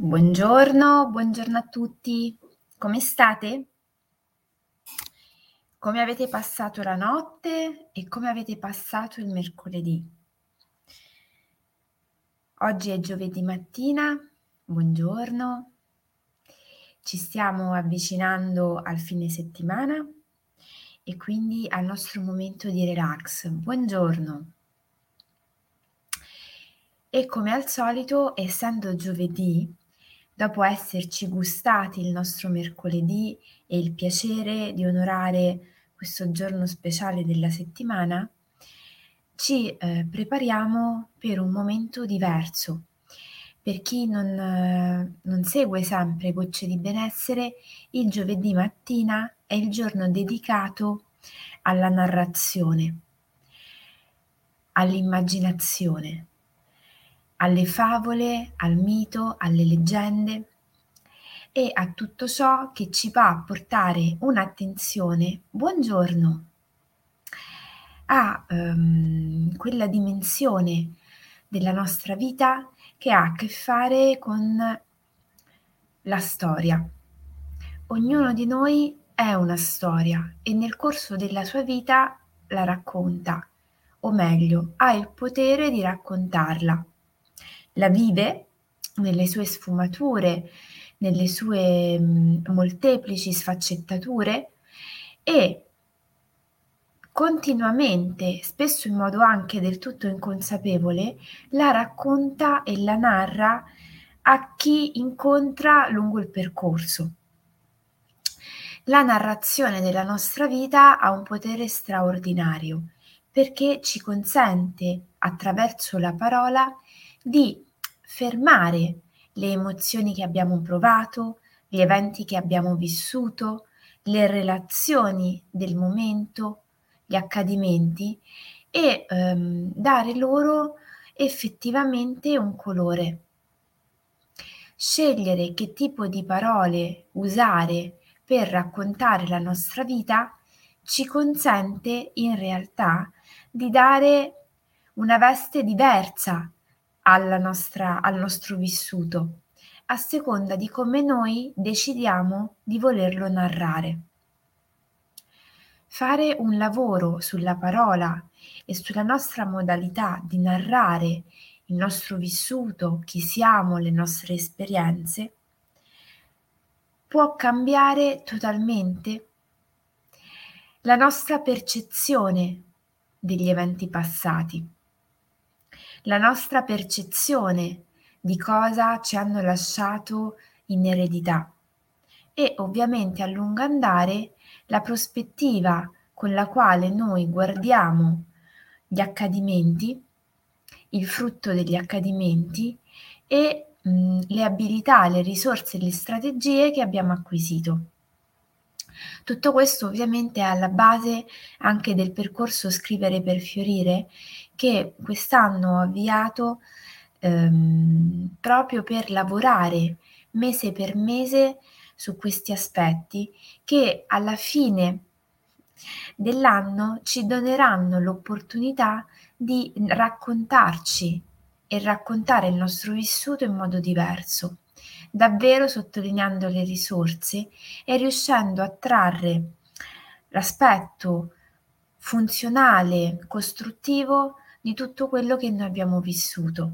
Buongiorno a tutti. Come state? Come avete passato la notte e come avete passato il mercoledì? Oggi è giovedì mattina, buongiorno. Ci stiamo avvicinando al fine settimana e quindi al nostro momento di relax. Buongiorno. E come al solito, essendo giovedì, dopo esserci gustati il nostro mercoledì e il piacere di onorare questo giorno speciale della settimana, ci prepariamo per un momento diverso. Per chi non segue sempre Gocce di Benessere, il giovedì mattina è il giorno dedicato alla narrazione, all'immaginazione, alle favole, al mito, alle leggende e a tutto ciò che ci va a portare un'attenzione, buongiorno, a quella dimensione della nostra vita che ha a che fare con la storia. Ognuno di noi è una storia e nel corso della sua vita la racconta, o meglio, ha il potere di raccontarla. La vive nelle sue sfumature, nelle sue molteplici sfaccettature e continuamente, spesso in modo anche del tutto inconsapevole, la racconta e la narra a chi incontra lungo il percorso. La narrazione della nostra vita ha un potere straordinario perché ci consente, attraverso la parola, di fermare le emozioni che abbiamo provato, gli eventi che abbiamo vissuto, le relazioni del momento, gli accadimenti e dare loro effettivamente un colore. Scegliere che tipo di parole usare per raccontare la nostra vita ci consente in realtà di dare una veste diversa al nostro vissuto, a seconda di come noi decidiamo di volerlo narrare. Fare un lavoro sulla parola e sulla nostra modalità di narrare il nostro vissuto, chi siamo, le nostre esperienze, può cambiare totalmente la nostra percezione degli eventi passati, la nostra percezione di cosa ci hanno lasciato in eredità e ovviamente a lungo andare la prospettiva con la quale noi guardiamo gli accadimenti, il frutto degli accadimenti e le abilità, le risorse e le strategie che abbiamo acquisito. Tutto questo ovviamente è alla base anche del percorso Scrivere per fiorire che quest'anno ho avviato proprio per lavorare mese per mese su questi aspetti che alla fine dell'anno ci doneranno l'opportunità di raccontarci e raccontare il nostro vissuto in modo diverso, davvero sottolineando le risorse e riuscendo a trarre l'aspetto funzionale, costruttivo di tutto quello che noi abbiamo vissuto.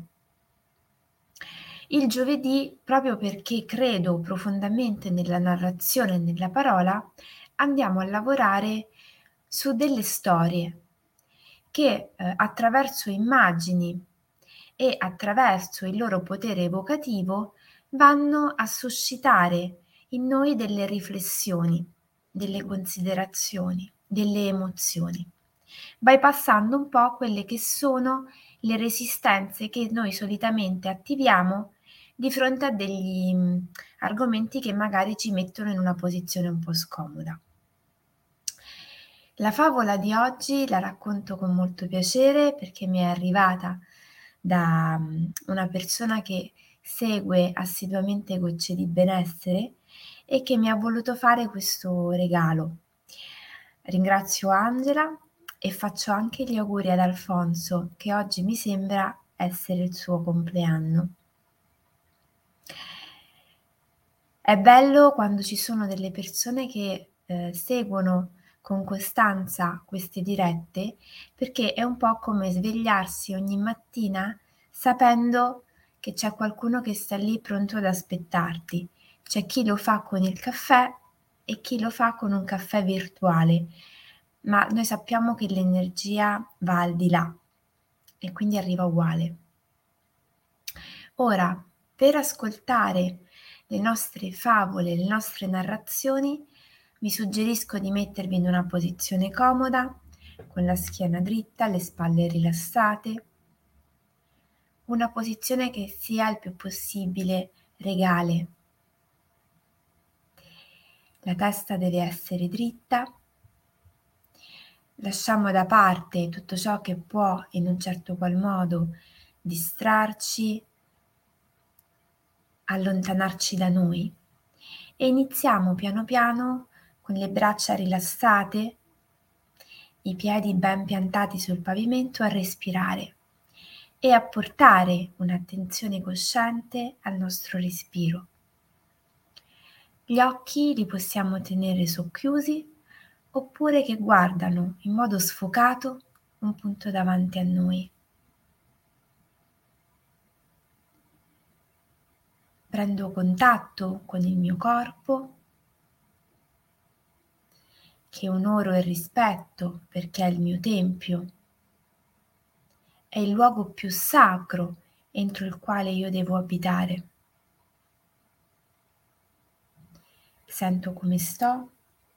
Il giovedì, proprio perché credo profondamente nella narrazione e nella parola, andiamo a lavorare su delle storie che attraverso immagini e attraverso il loro potere evocativo vanno a suscitare in noi delle riflessioni, delle considerazioni, delle emozioni, bypassando un po' quelle che sono le resistenze che noi solitamente attiviamo di fronte a degli argomenti che magari ci mettono in una posizione un po' scomoda. La favola di oggi la racconto con molto piacere perché mi è arrivata da una persona che segue assiduamente Gocce di Benessere e che mi ha voluto fare questo regalo. Ringrazio Angela e faccio anche gli auguri ad Alfonso, che oggi mi sembra essere il suo compleanno. È bello quando ci sono delle persone che, seguono con costanza queste dirette, perché è un po' come svegliarsi ogni mattina sapendo che c'è qualcuno che sta lì pronto ad aspettarti. C'è chi lo fa con il caffè e chi lo fa con un caffè virtuale, ma noi sappiamo che l'energia va al di là e quindi arriva uguale. Ora, per ascoltare le nostre favole, le nostre narrazioni, vi suggerisco di mettervi in una posizione comoda, con la schiena dritta, le spalle rilassate, una posizione che sia il più possibile regale. La testa deve essere dritta. Lasciamo da parte tutto ciò che può in un certo qual modo distrarci, allontanarci da noi e iniziamo piano piano con le braccia rilassate, i piedi ben piantati sul pavimento a respirare e a portare un'attenzione cosciente al nostro respiro. Gli occhi li possiamo tenere socchiusi oppure che guardano in modo sfocato un punto davanti a noi. Prendo contatto con il mio corpo, che onoro e rispetto perché è il mio tempio, è il luogo più sacro entro il quale io devo abitare. Sento come sto,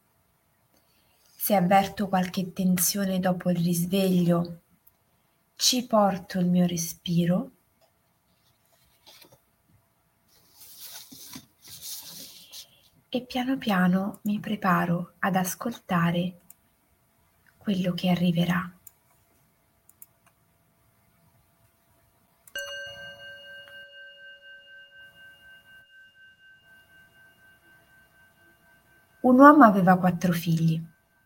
se avverto qualche tensione dopo il risveglio, ci porto il mio respiro e piano piano mi preparo ad ascoltare quello che arriverà. Un uomo aveva 4 figli.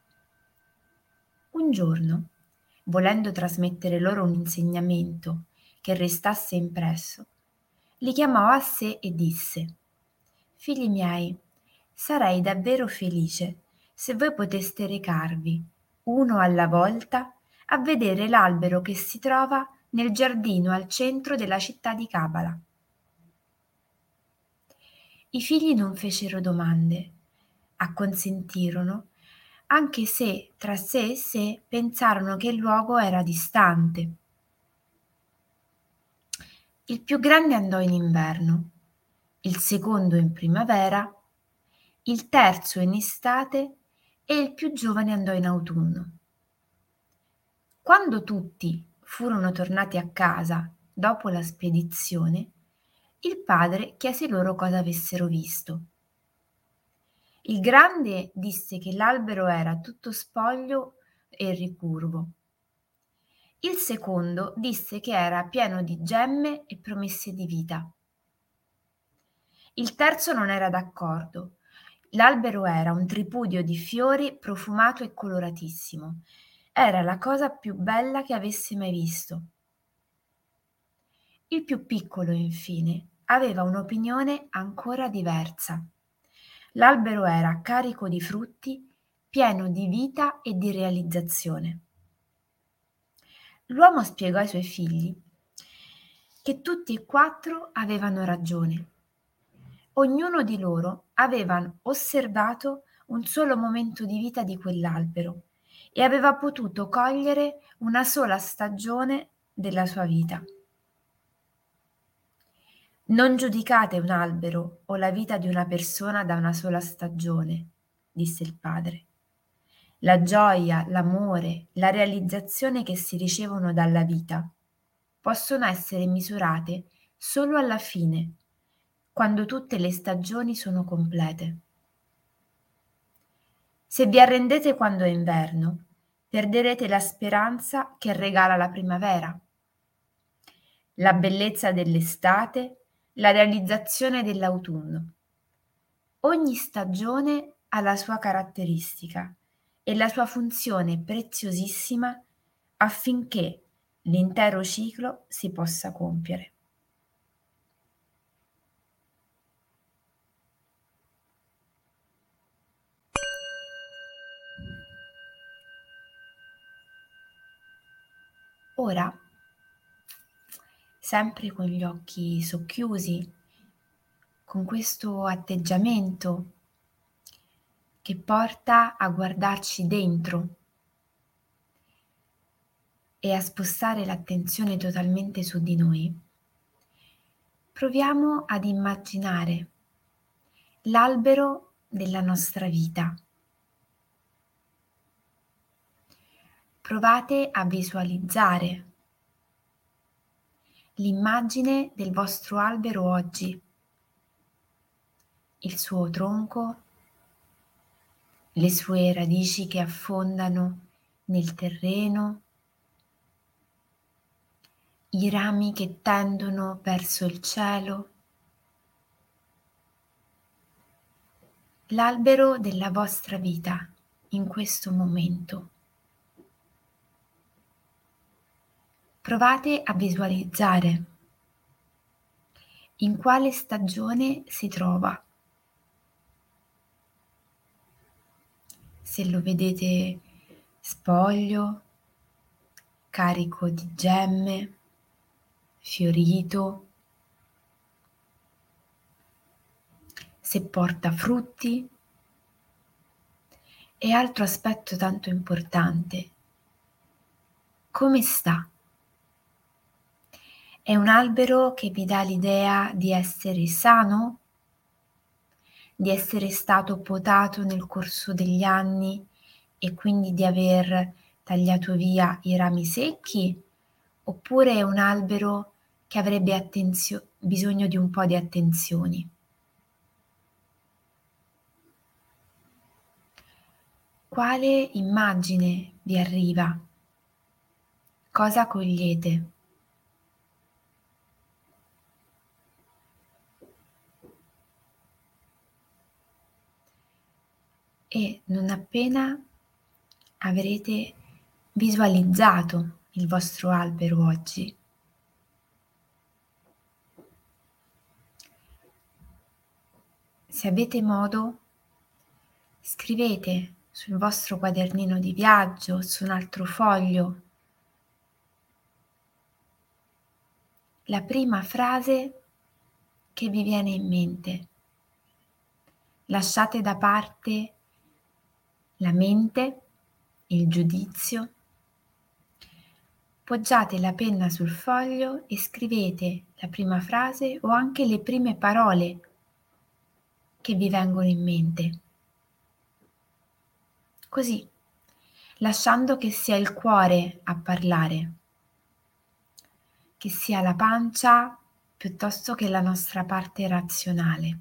Un giorno, volendo trasmettere loro un insegnamento che restasse impresso, li chiamò a sé e disse: Figli miei, sarei davvero felice se voi poteste recarvi, uno alla volta, a vedere l'albero che si trova nel giardino al centro della città di Cabala. I figli non fecero domande, acconsentirono, anche se tra sé e sé pensarono che il luogo era distante. Il più grande andò in inverno, il secondo in primavera, il terzo in estate e il più giovane andò in autunno. Quando tutti furono tornati a casa dopo la spedizione, il padre chiese loro cosa avessero visto. Il grande disse che l'albero era tutto spoglio e ricurvo. Il secondo disse che era pieno di gemme e promesse di vita. Il terzo non era d'accordo. L'albero era un tripudio di fiori profumato e coloratissimo. Era la cosa più bella che avesse mai visto. Il più piccolo, infine, aveva un'opinione ancora diversa. L'albero era carico di frutti, pieno di vita e di realizzazione. L'uomo spiegò ai suoi figli che tutti e 4 avevano ragione. Ognuno di loro aveva osservato un solo momento di vita di quell'albero e aveva potuto cogliere una sola stagione della sua vita. Non giudicate un albero o la vita di una persona da una sola stagione, disse il padre. La gioia, l'amore, la realizzazione che si ricevono dalla vita possono essere misurate solo alla fine, quando tutte le stagioni sono complete. Se vi arrendete quando è inverno, perderete la speranza che regala la primavera, la bellezza dell'estate, la realizzazione dell'autunno. Ogni stagione ha la sua caratteristica e la sua funzione preziosissima affinché l'intero ciclo si possa compiere. Ora, sempre con gli occhi socchiusi, con questo atteggiamento che porta a guardarci dentro e a spostare l'attenzione totalmente su di noi, proviamo ad immaginare l'albero della nostra vita. Provate a visualizzare l'immagine del vostro albero oggi, il suo tronco, le sue radici che affondano nel terreno, i rami che tendono verso il cielo, l'albero della vostra vita in questo momento. Provate a visualizzare in quale stagione si trova. Se lo vedete spoglio, carico di gemme, fiorito, se porta frutti. E altro aspetto tanto importante, come sta? È un albero che vi dà l'idea di essere sano, di essere stato potato nel corso degli anni e quindi di aver tagliato via i rami secchi, oppure è un albero che avrebbe bisogno di un po' di attenzioni? Quale immagine vi arriva? Cosa cogliete? E non appena avrete visualizzato il vostro albero oggi, se avete modo, scrivete sul vostro quadernino di viaggio, su un altro foglio, la prima frase che vi viene in mente. Lasciate da parte la mente, il giudizio. Poggiate la penna sul foglio e scrivete la prima frase o anche le prime parole che vi vengono in mente. Così, lasciando che sia il cuore a parlare, che sia la pancia piuttosto che la nostra parte razionale.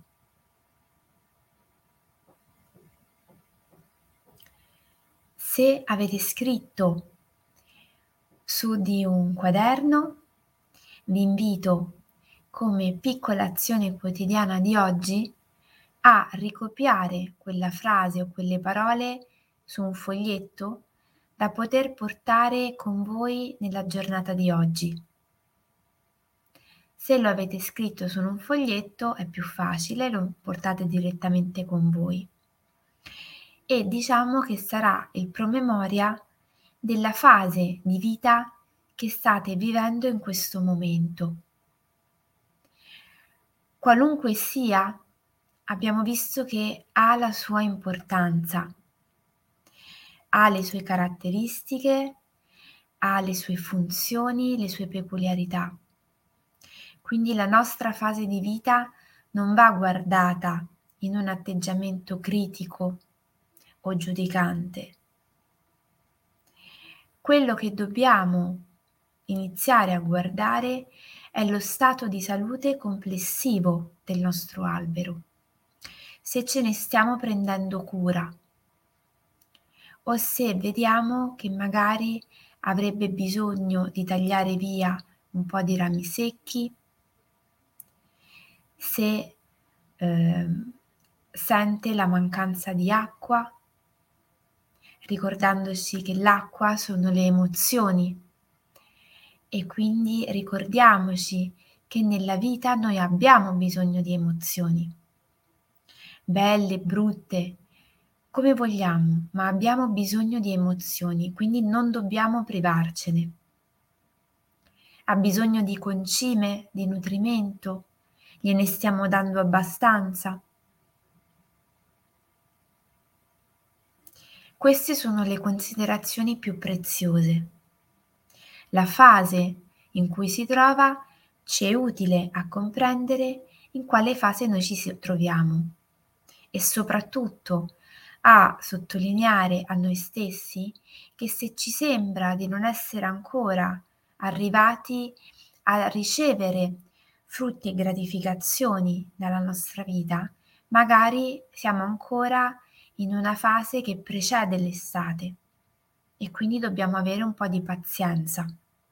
Se avete scritto su di un quaderno, vi invito, come piccola azione quotidiana di oggi, a ricopiare quella frase o quelle parole su un foglietto da poter portare con voi nella giornata di oggi. Se lo avete scritto su un foglietto è più facile, lo portate direttamente con voi. E diciamo che sarà il promemoria della fase di vita che state vivendo in questo momento. Qualunque sia, abbiamo visto che ha la sua importanza, ha le sue caratteristiche, ha le sue funzioni, le sue peculiarità. Quindi la nostra fase di vita non va guardata in un atteggiamento critico o giudicante. Quello che dobbiamo iniziare a guardare è lo stato di salute complessivo del nostro albero, se ce ne stiamo prendendo cura o se vediamo che magari avrebbe bisogno di tagliare via un po' di rami secchi, se sente la mancanza di acqua, ricordandoci che l'acqua sono le emozioni e quindi ricordiamoci che nella vita noi abbiamo bisogno di emozioni, belle, brutte, come vogliamo, ma abbiamo bisogno di emozioni, quindi non dobbiamo privarcene. Ha bisogno di concime, di nutrimento? Gliene stiamo dando abbastanza? Queste sono le considerazioni più preziose. La fase in cui si trova ci è utile a comprendere in quale fase noi troviamo e soprattutto a sottolineare a noi stessi che se ci sembra di non essere ancora arrivati a ricevere frutti e gratificazioni dalla nostra vita, magari siamo ancora in una fase che precede l'estate e quindi dobbiamo avere un po' di pazienza.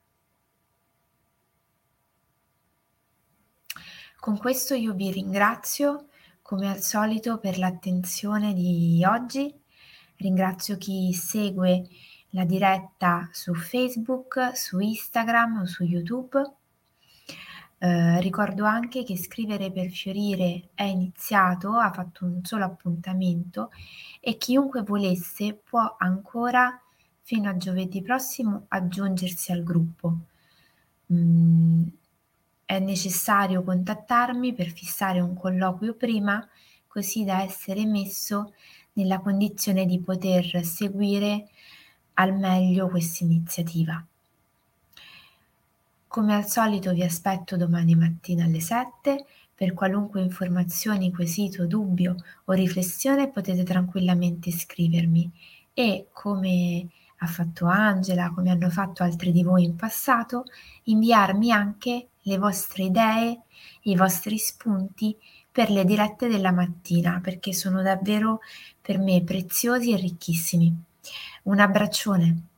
Con questo io vi ringrazio come al solito per l'attenzione di oggi. Ringrazio chi segue la diretta su Facebook, su Instagram o su YouTube. Ricordo anche che Scrivere per Fiorire è iniziato, ha fatto un solo appuntamento e chiunque volesse può ancora, fino a giovedì prossimo, aggiungersi al gruppo. È necessario contattarmi per fissare un colloquio prima, così da essere messo nella condizione di poter seguire al meglio quest'iniziativa. Come al solito vi aspetto domani mattina alle 7. Per qualunque informazione, quesito, dubbio o riflessione potete tranquillamente scrivermi e, come ha fatto Angela, come hanno fatto altri di voi in passato, inviarmi anche le vostre idee, i vostri spunti per le dirette della mattina, perché sono davvero per me preziosi e ricchissimi. Un abbraccione.